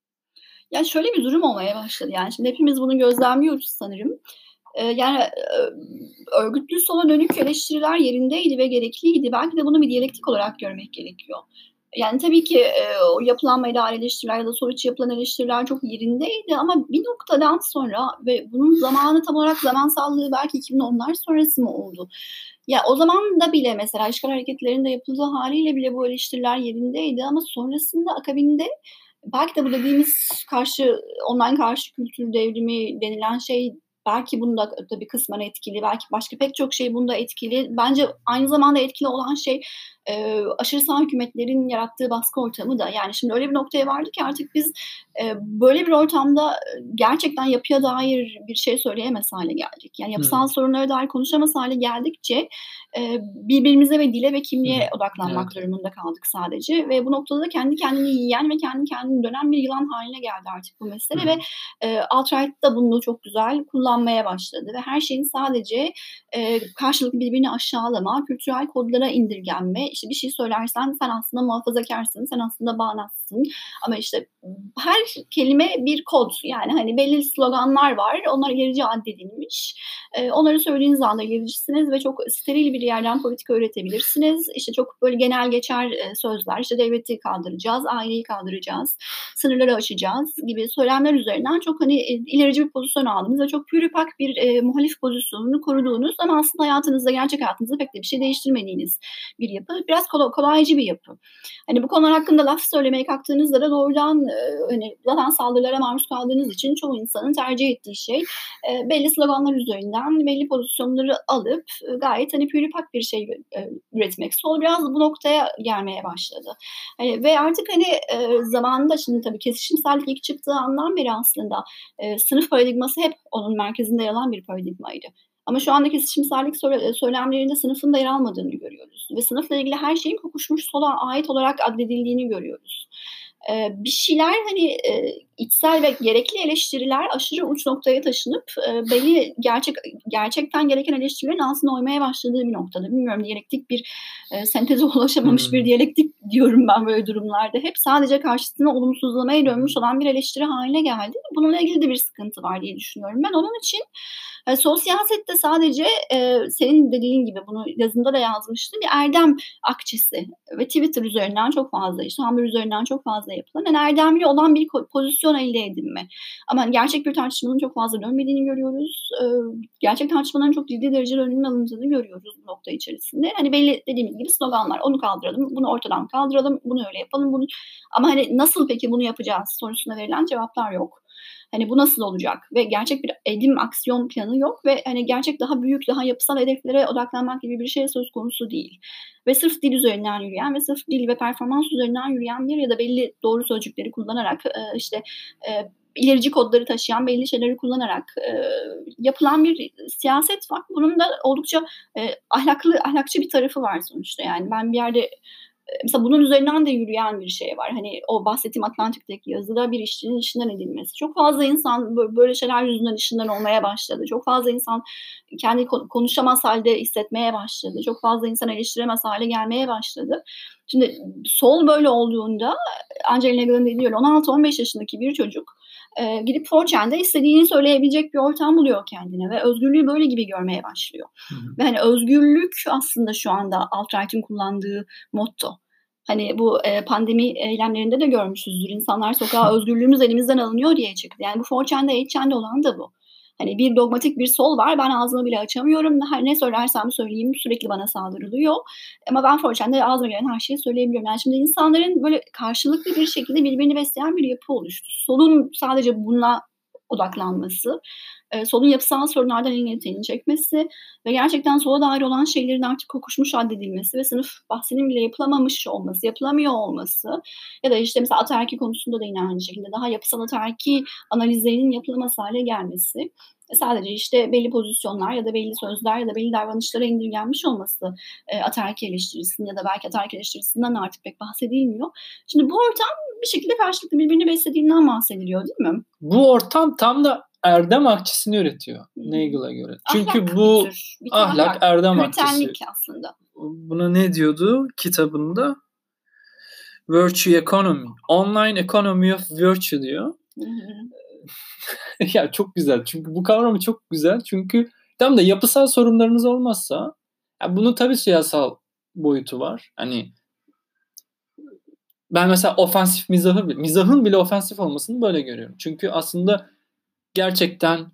Ya şöyle bir durum olmaya başladı. Yani şimdi hepimiz bunu gözlemliyoruz sanırım. Eee, yani, eee, örgütlü sola dönük eleştiriler yerindeydi ve gerekliydi. Belki de bunu bir diyalektik olarak görmek gerekiyor. Yani tabii ki, eee, o yapılanmaya dair eleştiriler ya da sol içi yapılan eleştiriler çok yerindeydi ama bir noktadan sonra ve bunun zamanı tam olarak zamansallığı belki iki bin onlar sonrası mı oldu? Ya, o zaman da bile mesela işgal hareketlerinin de yapıldığı hâliyle bile bu eleştiriler yerindeydi ama sonrasında akabinde belki de bu dediğimiz karşı online karşı kültür devrimi denilen şey belki bunda tabii kısmen etkili, belki başka pek çok şey bunda etkili. Bence aynı zamanda etkili olan şey, eee, aşırı sağ hükümetlerin yarattığı baskı ortamı da. Yani şimdi öyle bir noktaya vardık ki artık biz, eee, böyle bir ortamda, eee, gerçekten yapıya dair bir şey söyleyemez hâle geldik. Yani Hı yapısal hı. sorunlara dair konuşamaz hâle geldikçe, eee, birbirimize ve dile ve Hı hı. kimliğe odaklanmak Evet. durumunda kaldık sadece ve bu noktada da kendi kendini yiyen ve kendi kendini dönen bir yılan hâline geldi artık bu Hı mesele ve, hı. eee, alt-right da bunu çok güzel kullanmaya başladı ve her şeyin sadece, eee, karşılıklı birbirini aşağılama, kültürel kodlara indirgenme, işte bir şey söylersen sen aslında muhafazakârsın, sen aslında bağnazsın ama işte her kelime bir kod. Yani, hani, belli sloganlar var, onlar ilerici addedilmiş. Eee, onları söylediğiniz anda ilericisiniz ve çok steril bir yerden politika üretebilirsiniz. İşte çok böyle genel geçer, eee, sözler, işte devleti kaldıracağız, aileyi kaldıracağız, sınırları aşacağız gibi söylemler üzerinden çok, hani, eee, ilerici bir pozisyon aldığınız ve çok pür üpak bir, eee, muhalif pozisyonunu koruduğunuz ama aslında hayatınızda, gerçek hayatınızda pek de bir şey değiştirmediğiniz bir yapı. Biraz kola kolaycı bir yapı. Hani, bu konular hakkında laf söylemeye kalktığınızda da doğrudan, eee, hani, zaten saldırılara maruz kaldığınız için çoğu insanın tercih ettiği şey, eee, belli sloganlar üzerinden belli pozisyonları alıp, ııı, gayet, hani, pür üpak bir şey, eee, üretmek. Sol biraz bu noktaya gelmeye başladı. Hani, ve artık, hani, eee, zamanında şimdi tabii kesişimsellik ilk çıktığı andan beri aslında, eee, sınıf paradigması hep onun merkezinde yer alan bir paradigmaydı. Ama şu anda kesişimsellik söyle eee, söylemlerinde sınıfın da yer almadığını görüyoruz ve sınıfla ilgili her şeyin kokuşmuş sola ait olarak addedildiğini görüyoruz. Eee, bir şeyler, hani, eee, içsel ve gerekli eleştiriler aşırı uç noktaya taşınıp, eee, belli gerçek gerçekten gereken eleştirilerin altına oymaya başladığı bir noktada. Bilmiyorum, diyalektik bir, eee, senteze ulaşamamış bir Hımm. diyalektik diyorum ben böyle durumlarda. Hep sadece karşısına olumsuzlamaya Hı hı. dönmüş olan bir eleştiri hâline geldi. Bununla ilgili de bir sıkıntı var diye düşünüyorum. Ben onun için, eee, sol siyasette sadece, eee, senin dediğin gibi bunu yazında da yazmıştım, bir erdem akçesi ve Twitter üzerinden çok fazla, işte Tumblr üzerinden çok fazla yapılan, hani, erdemli olan bir ko pozisyon elde edinme. Ama hani gerçek bir tartışmanın çok fazla dönmediğini görüyoruz. Iıı, gerçek tartışmaların çok ciddi derecede önünün alındığını görüyoruz bu nokta içerisinde. Hani, belli dediğimiz gibi sloganlar, onu kaldıralım, bunu ortadan kaldıralım, bunu öyle yapalım, bunu ama, hani, nasıl peki bunu yapacağız sorusuna verilen cevaplar yok. Hani, bu nasıl olacak ve gerçek bir edim, aksiyon planı yok ve, hani, gerçek daha büyük, daha yapısal hedeflere odaklanmak gibi bir şey söz konusu değil. Ve sırf dil üzerinden yürüyen ve sırf dil ve performans üzerinden yürüyen bir ya da belli doğru sözcükleri kullanarak, eee, işte, eee, ilerici kodları taşıyan belli şeyleri kullanarak e, yapılan bir siyaset var. Bunun da oldukça e, ahlaklı, ahlakçı bir tarafı var sonuçta. Yani ben bir yerde mesela bunun üzerinden de yürüyen bir şey var. Hani o bahsettiğim Atlantik'teki yazıda bir işçinin işinden edilmesi. Çok fazla insan böyle şeyler yüzünden işinden olmaya başladı. Çok fazla insan kendi konuşamaz halde hissetmeye başladı. Çok fazla insan eleştiremez hale gelmeye başladı. Şimdi sol böyle olduğunda Angela Nagel'ın dediği öyle on altı on beş yaşındaki bir çocuk e, gidip four chan'de istediğini söyleyebilecek bir ortam buluyor kendine ve özgürlüğü böyle gibi görmeye başlıyor. Hı hı. Ve hani özgürlük aslında şu anda alt-right'in kullandığı motto. Hani bu e, pandemi eylemlerinde de görmüşüzdür. İnsanlar sokağa özgürlüğümüz elimizden alınıyor diye çıktı. Yani bu four chan'de eight chan'de olan da bu. Hani bir dogmatik bir sol var. Ben ağzımı bile açamıyorum. Her ne söylersem söyleyeyim sürekli bana saldırılıyor. Ama ben four chan'de ağzıma gelen her şeyi söyleyebiliyorum. Yani şimdi insanların böyle karşılıklı bir şekilde birbirini besleyen bir yapı oluştu. Solun sadece buna odaklanması, e, solun yapısal sorunlardan elini eteğini çekmesi ve gerçekten sola dair olan şeylerin artık kokuşmuş addedilmesi ve sınıf bahsinin bile yapılamamış olması, yapılamıyor olması ya da işte mesela ataerki konusunda da yine aynı şekilde daha yapısal ataerki analizlerinin yapılaması hale gelmesi. Sadece işte belli pozisyonlar ya da belli sözler ya da belli davranışlara indirgenmiş olması e, ataerki eleştirisinin ya da belki ataerki eleştirisinden artık pek bahsedilmiyor. Şimdi bu ortam bir şekilde karşılıklı birbirini beslediğinden bahsediliyor değil mi? Bu ortam tam da erdem akçesini üretiyor Nagel'a göre. Çünkü ahlak bu tür, ahlak, ahlak erdem akçesi. aslında. Buna ne diyordu kitabında? Virtue Economy. Online Economy of Virtue diyor. Hı hı. Ya çok güzel. Çünkü bu kavramı çok güzel. Çünkü tam da yapısal sorunlarınız olmazsa ya bunun tabii siyasal boyutu var. Hani ben mesela ofensif mizahı, mizahın bile ofensif olmasını böyle görüyorum. Çünkü aslında gerçekten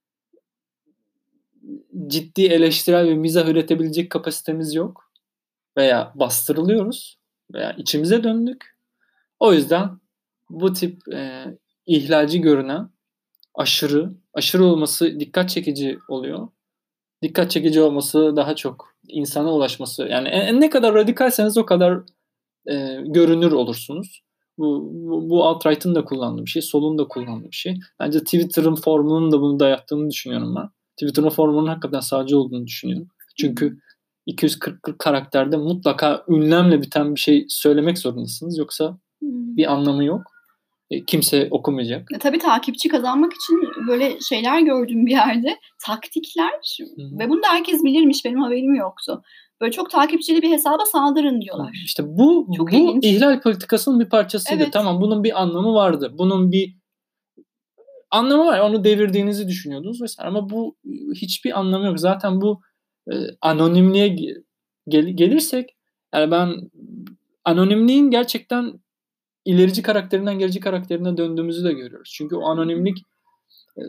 ciddi eleştirel ve mizah üretebilecek kapasitemiz yok. Veya bastırılıyoruz. Veya içimize döndük. O yüzden bu tip e, ihlalci görünen aşırı, aşırı olması dikkat çekici oluyor. Dikkat çekici olması daha çok insana ulaşması. Yani en, ne kadar radikalseniz o kadar e, görünür olursunuz. Bu, bu, bu alt-right'ın da kullandığı bir şey, solun da kullandığı bir şey. Bence Twitter'ın formunun da bunu dayattığını düşünüyorum ben. Twitter'ın formunun hakikaten sağcı olduğunu düşünüyorum. Çünkü iki yüz kırk kırk karakterde mutlaka ünlemle biten bir şey söylemek zorundasınız. Yoksa bir anlamı yok. E, kimse okumayacak. E, tabii takipçi kazanmak için böyle şeyler gördüm bir yerde. Taktikler Hı-hı. ve bunu da herkes bilirmiş. Benim haberim yoktu. Böyle çok takipçili bir hesaba saldırın diyorlar. İşte bu çok bu ilginç. İhlal politikasının bir parçasıydı. Evet. Tamam bunun bir anlamı vardı. Bunun bir anlamı var. Onu devirdiğinizi düşünüyordunuz vesaire. Ama bu hiçbir anlamı yok. Zaten bu e, anonimliğe gel- gelirsek yani ben anonimliğin gerçekten ilerici karakterinden gerici karakterine döndüğümüzü de görüyoruz. Çünkü o anonimlik e,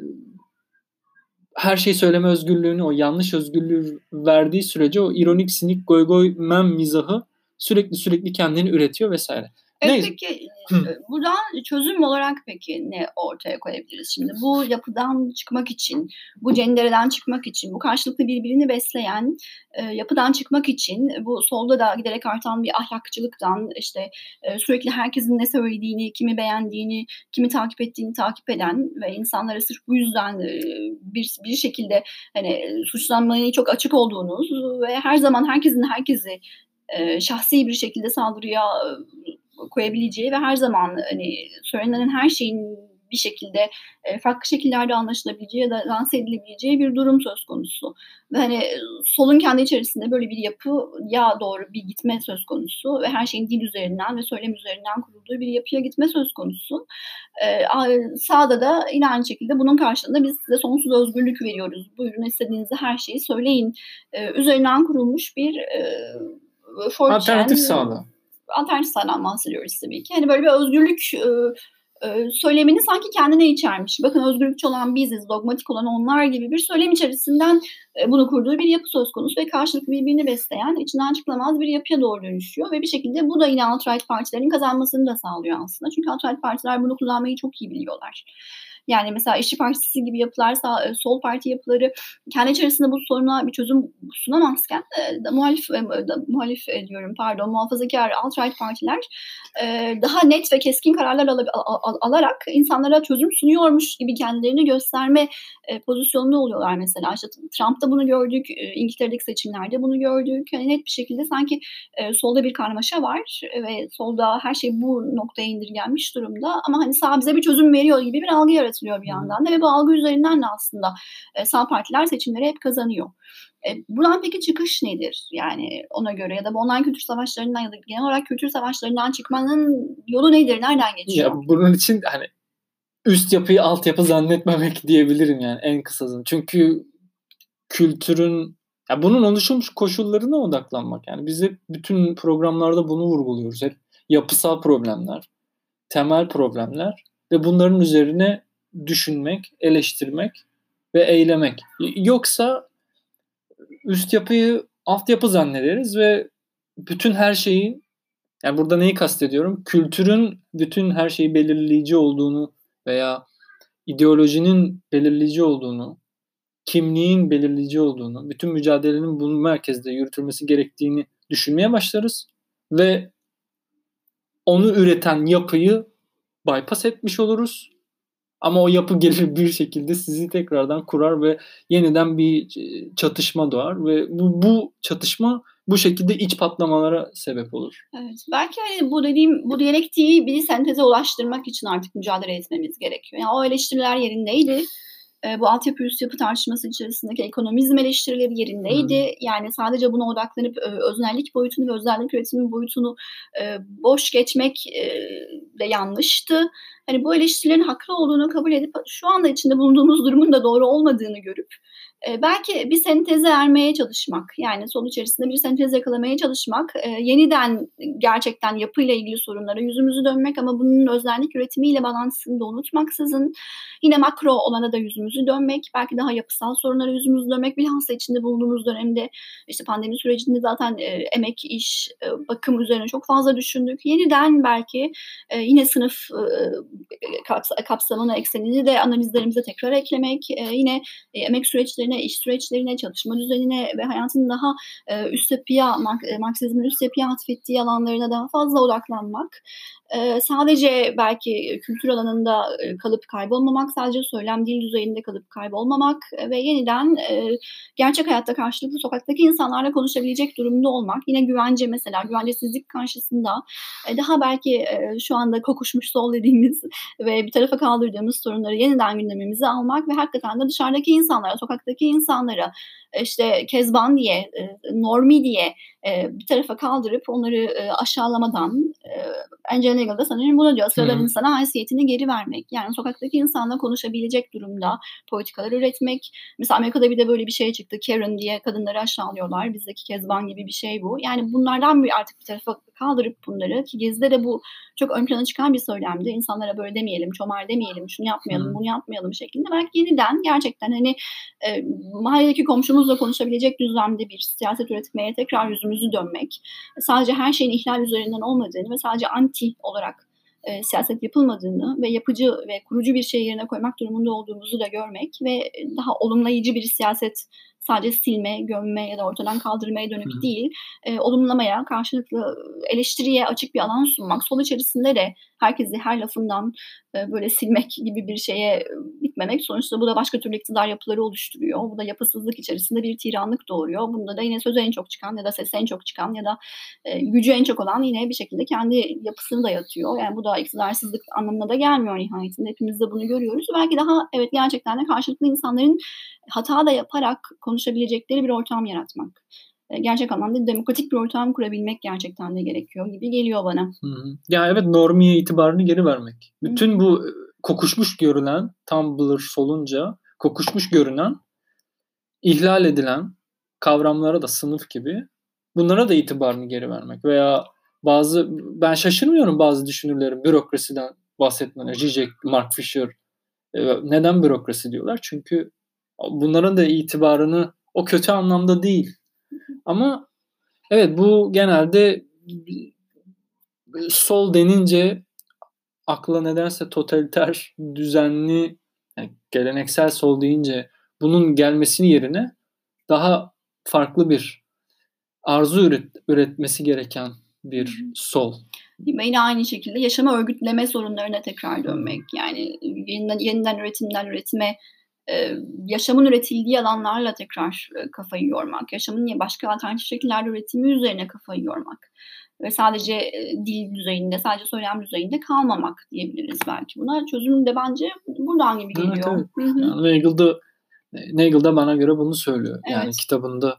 her şeyi söyleme özgürlüğünü, o yanlış özgürlüğü verdiği sürece o ironik, sinik, goy goy mem mizahı sürekli sürekli kendini üretiyor vesaire. Evet, neyse. Peki buradan çözüm olarak peki ne ortaya koyabiliriz şimdi? Bu yapıdan çıkmak için, bu cendereden çıkmak için, bu karşılıklı birbirini besleyen e, yapıdan çıkmak için bu solda da giderek artan bir ahlakçılıktan işte e, sürekli herkesin ne söylediğini, kimi beğendiğini, kimi takip ettiğini takip eden ve insanlara sırf bu yüzden e, bir bir şekilde hani suçlanmaya çok açık olduğunuz ve her zaman herkesin herkesi e, şahsi bir şekilde saldırıya koyabileceği ve her zaman hani söylenen her şeyin bir şekilde e, farklı şekillerde anlaşılabileceği ya da lanse edilebileceği bir durum söz konusu. Ve hani solun kendi içerisinde böyle bir yapıya doğru bir gitme söz konusu ve her şeyin dil üzerinden ve söylem üzerinden kurulduğu bir yapıya gitme söz konusu. E, sağda da yine aynı şekilde bunun karşılığında biz size sonsuz özgürlük veriyoruz. Buyurun istediğinizde her şeyi söyleyin. E, üzerinden kurulmuş bir e, alternatif sağda. Alternatif sağdan bahsediyoruz tabii ki. Hani böyle bir özgürlük e, e, söylemini sanki kendine içermiş. Bakın özgürlükçü olan biziz, dogmatik olan onlar gibi bir söylem içerisinden e, bunu kurduğu bir yapı söz konusu ve karşılıklı birbirini besleyen, içinden çıkılamaz bir yapıya doğru dönüşüyor. Ve bir şekilde bu da yine alt-right partilerin kazanmasını da sağlıyor aslında. Çünkü alt-right partiler bunu kullanmayı çok iyi biliyorlar. Yani mesela İşçi Partisi gibi yapılar, sağ, e, sol parti yapıları kendi içerisinde bu soruna bir çözüm sunamazken e, da, muhalif, e, da, muhalif e, diyorum pardon muhafazakar alt-right partiler e, daha net ve keskin kararlar al, al, al, alarak insanlara çözüm sunuyormuş gibi kendilerini gösterme e, pozisyonunda oluyorlar mesela. İşte Trump'ta bunu gördük, e, İngiltere'deki seçimlerde bunu gördük. Yani net bir şekilde sanki e, solda bir karmaşa var ve solda her şey bu noktaya indirgenmiş durumda. Ama hani sağ bize bir çözüm veriyor gibi bir algı yaratılıyor bir yandan da ve bu algı üzerinden de aslında e, sağ partiler seçimleri hep kazanıyor. E, buradan peki çıkış nedir? Yani ona göre ya da bu online kültür savaşlarından ya da genel olarak kültür savaşlarından çıkmanın yolu nedir? Nereden geçiyor? Ya bunun için hani üst yapıyı altyapı zannetmemek diyebilirim yani en kısası. Çünkü kültürün ya bunun oluşmuş koşullarına odaklanmak. Yani biz hep bütün programlarda bunu vurguluyoruz. Hep yapısal problemler, temel problemler ve bunların üzerine düşünmek, eleştirmek ve eylemek. Yoksa üst yapıyı altyapı zannederiz ve bütün her şeyin, yani burada neyi kastediyorum? Kültürün bütün her şeyi belirleyici olduğunu veya ideolojinin belirleyici olduğunu, kimliğin belirleyici olduğunu, bütün mücadelenin bunun merkezde yürütülmesi gerektiğini düşünmeye başlarız ve onu üreten yapıyı bypass etmiş oluruz. Ama o yapı gelir bir şekilde sizi tekrardan kurar ve yeniden bir çatışma doğar ve bu, bu çatışma bu şekilde iç patlamalara sebep olur. Evet. Belki hani bu dediğim, bu diyalektiği bir senteze ulaştırmak için artık mücadele etmemiz gerekiyor. Yani o eleştiriler yerindeydi. E, bu altyapı üst yapı tartışması içerisindeki ekonomizm eleştirileri yerindeydi. Hmm. Yani sadece buna odaklanıp e, öznellik boyutunu ve öznellik üretimi boyutunu e, boş geçmek e, de yanlıştı. Hani bu eleştirilerin haklı olduğunu kabul edip şu anda içinde bulunduğumuz durumun da doğru olmadığını görüp e, belki bir senteze ermeye çalışmak, yani sol içerisinde bir sentez yakalamaya çalışmak, e, yeniden gerçekten yapıyla ilgili sorunlara yüzümüzü dönmek ama bunun öznellik üretimiyle balansını da unutmaksızın yine makro olana da yüzümüzü dönmek, belki daha yapısal sorunlara yüzümüzü dönmek, bilhassa içinde bulunduğumuz dönemde işte pandemi sürecinde zaten e, emek, iş, e, bakım üzerine çok fazla düşündük. Yeniden belki e, yine sınıf e, kapsamına, eksenini de analizlerimize tekrar eklemek, e, yine e, emek süreçlerine, iş süreçlerine, çalışma düzenine ve hayatın daha e, üst yapıya, Marksizmin üst yapıya atfettiği alanlarına daha fazla odaklanmak. Ee, sadece belki kültür alanında kalıp kaybolmamak, sadece söylem dil düzeyinde kalıp kaybolmamak ve yeniden e, gerçek hayatta karşılıklı sokaktaki insanlarla konuşabilecek durumda olmak. Yine güvence mesela, güvencesizlik karşısında e, daha belki e, şu anda kokuşmuş sol dediğimiz ve bir tarafa kaldırdığımız sorunları yeniden gündemimize almak ve hakikaten de dışarıdaki insanlara, sokaktaki insanlara işte kezban diye, normi diye bir tarafa kaldırıp onları aşağılamadan, Angela Nagle da sanırım bunu diyor, sıradan hmm. insana haysiyetini geri vermek. Yani sokaktaki insanla konuşabilecek durumda politikalar üretmek. Mesela Amerika'da bir de böyle bir şey çıktı, Karen diye kadınları aşağılıyorlar. Bizdeki kezban gibi bir şey bu. Yani bunlardan bir artık bir tarafa kaldırıp bunları, ki Gezi'de de bu çok ön plana çıkan bir söylemdi. İnsanlara böyle demeyelim, çomar demeyelim, şunu yapmayalım, hmm. bunu yapmayalım şeklinde. Belki yeniden gerçekten hani e, mahalledeki komşumuzla konuşabilecek düzlemde bir siyaset üretmeye tekrar yüzümüzü dönmek. Sadece her şeyin ihlal üzerinden olmadığını ve sadece anti olarak e, siyaset yapılmadığını ve yapıcı ve kurucu bir şey yerine koymak durumunda olduğumuzu da görmek ve daha olumlayıcı bir siyaset, sadece silme, gömme ya da ortadan kaldırmaya dönük Hı. değil, e, olumlamaya, karşılıklı eleştiriye açık bir alan sunmak. Sol içerisinde de herkesi her lafından e, böyle silmek gibi bir şeye gitmemek. Sonuçta bu da başka türlü iktidar yapıları oluşturuyor. Bu da yapısızlık içerisinde bir tiranlık doğuruyor. Bunda da yine sözü en çok çıkan ya da sesi en çok çıkan ya da e, gücü en çok olan yine bir şekilde kendi yapısını dayatıyor. Yani bu da iktidarsızlık anlamına da gelmiyor nihayetinde. Hepimiz de bunu görüyoruz. Belki daha evet gerçekten de karşılıklı insanların hata da yaparak konuşabilecekleri bir ortam yaratmak. Gerçek anlamda demokratik bir ortam kurabilmek gerçekten de gerekiyor gibi geliyor bana. Hı hı. Ya evet, normiye itibarını geri vermek. Bütün hı. bu kokuşmuş görünen, Tumblr solunca kokuşmuş görünen, ihlal edilen kavramlara da sınıf gibi bunlara da itibarını geri vermek veya bazı, ben şaşırmıyorum bazı düşünürlerin bürokrasiden bahsetmelerine. Zizek, Mark Fisher neden bürokrasi diyorlar? Çünkü bunların da itibarını, o kötü anlamda değil. Ama evet, bu genelde sol denince akla nedense totaliter, düzenli geleneksel sol deyince bunun gelmesinin yerine daha farklı bir arzu üret, üretmesi gereken bir sol. Ve yine aynı şekilde yaşamı örgütleme sorunlarına tekrar dönmek. Yani yeniden, yeniden üretimden üretime, e, yaşamın üretildiği alanlarla tekrar e, kafayı yormak. Yaşamın başka alternatif şekillerde üretimi üzerine kafayı yormak. Ve sadece e, dil düzeyinde, sadece söylem düzeyinde kalmamak diyebiliriz belki buna. Çözüm de bence buradan gibi geliyor. Evet, evet. Yani Nagel'da, Nagel'da bana göre bunu söylüyor. Evet. Yani kitabında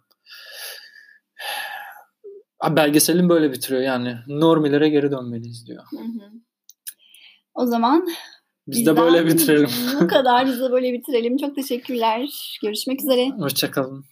belgeselin böyle bitiriyor. Yani normilere geri dönmeliyiz diyor. Hı hı. O zaman biz de böyle bitirelim. Bu kadar. Biz de böyle bitirelim. Çok teşekkürler. Görüşmek üzere. Hoşça kalın.